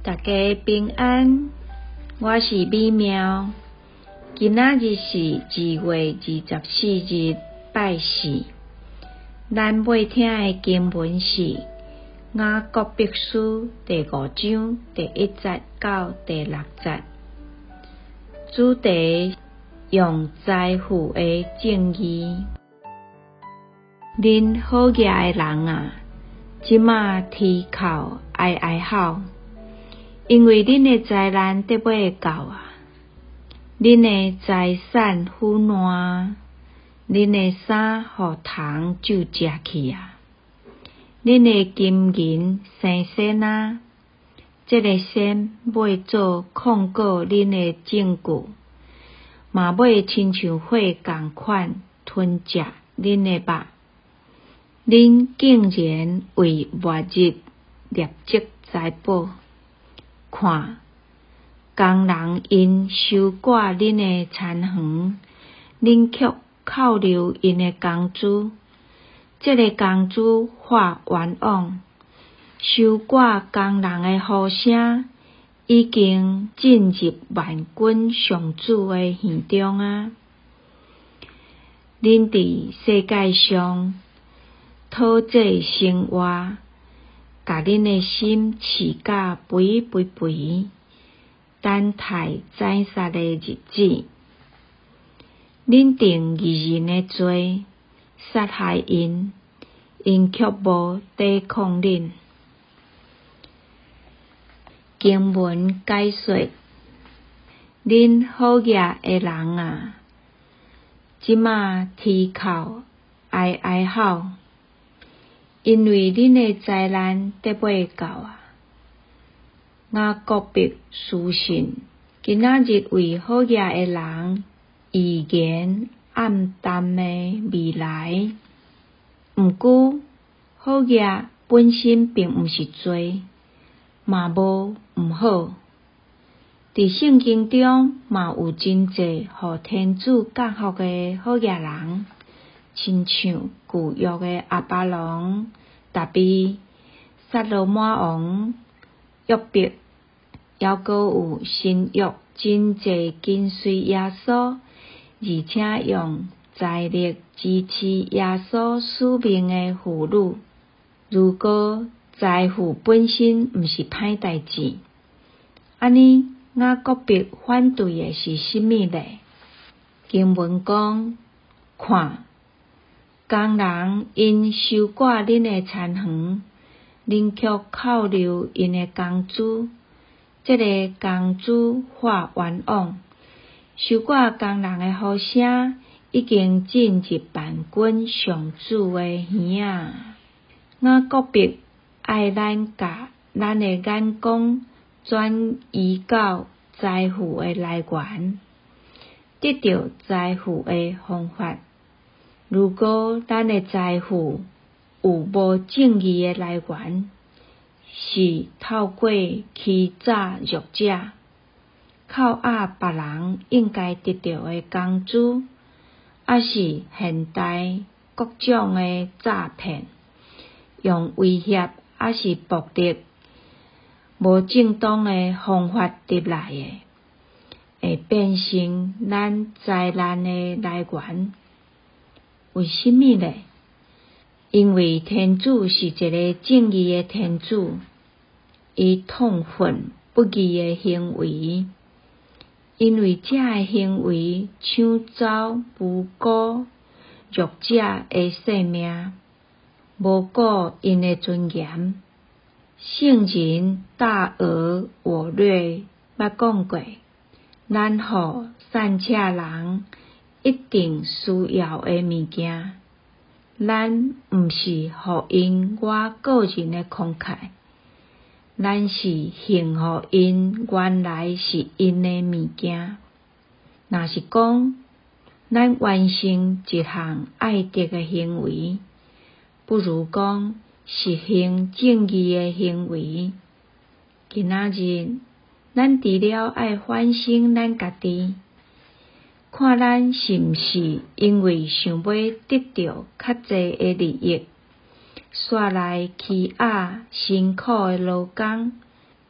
大家平安，我是美妙。今仔日是2月24日，拜四。咱要听的经文是雅各伯书第5章第1节到第6节。主题用财富的正义。恁好业的人啊，即马啼哭哀哀号，因为恁的灾难得要到啊！恁的财产腐烂，恁的衫互虫蛀食去啊！恁的金银生銑啊，这个銑要做控告恁的证据，嘛要亲像火共款吞食恁的肉。恁竟然为末日业绩财宝，看工人因收割恁的田园，恁却扣留因的工资。这个工资发冤枉，收割工人的呼声已经进入万军上主的耳中啊！恁伫世界上讨这生活，甲恁的心饲甲肥肥肥，等待宰杀的日子。恁定义人的罪，杀害因，因却无抵抗恁。经文解说：恁好业的人啊，即马啼哭哀哀号，因为恁的灾难得要到啊！雅各伯书信今仔日为好业的人预言暗淡的未来。毋过，好业本身并毋是罪，嘛无毋好。伫圣经中嘛有真侪互天主降福的好业人，亲像旧约的亚巴郎、达味、撒罗满王、约伯，还阁有新约真侪跟随耶稣，而且用财力支持耶稣使命的妇女。如果财富本身毋是歹代志，安尼雅各伯反对的是甚么呢？经文讲，看工人因收割恁的田园，恁却扣留因的工资。这个工资发冤枉，收割工人的呼声已经进入万军上主的耳啊！雅各伯爱咱甲咱的眼光转移到财富的来源，得到财富的方法。如果咱的财富有无正义的来源，是透过欺诈弱者，扣押别人应该得到的工资，还是现代各种的诈骗，用威胁还是暴力，无正当的方法得来的，会变成咱灾难的来源。为什么呢？因为天主是一个正义的天主，伊痛恨不义的行为，因为这个行为抢走无辜弱者的性命，无顾因的尊严。圣人大而我略捌讲过，咱互善车人一定需要的物件，咱毋是互因我个人的慷慨，咱是献互因原来是因的物件。若是讲咱完成一项爱德的行为，不如讲实行正义的行为。今仔日，咱除了爱反省咱家己，看咱是毋是因为想要得到较侪的利益，煞来欺压辛苦的劳工，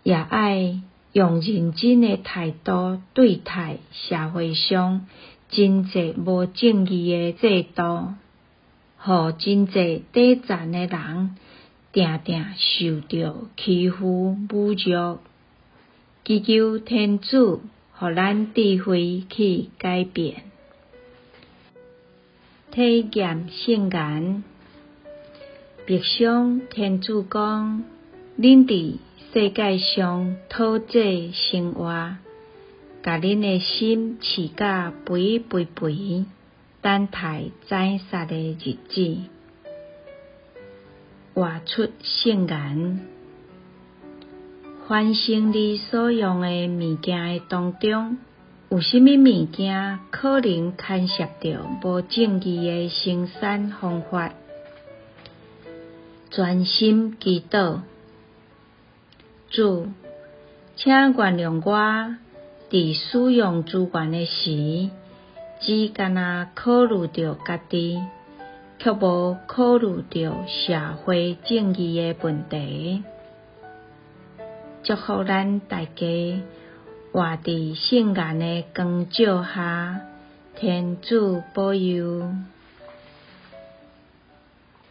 也爱用认真的态度对待社会上真侪无正义的制度，互真侪底层的人定定受到欺负侮辱。祈求天主互咱智慧去改变。体验圣言，默想天主讲，恁伫世界上讨这生活，甲恁的心饲甲肥肥肥，等待宰杀的日子。活出圣言，反省你所用的物件的当中，有啥物物件可能牵涉到无正义的生产方法？专心祈祷，主，请原谅我伫使用资源的时，只干那考虑到家己，却无考虑到社会正义的问题。祝福咱大家活伫圣言的光照下，天主保佑。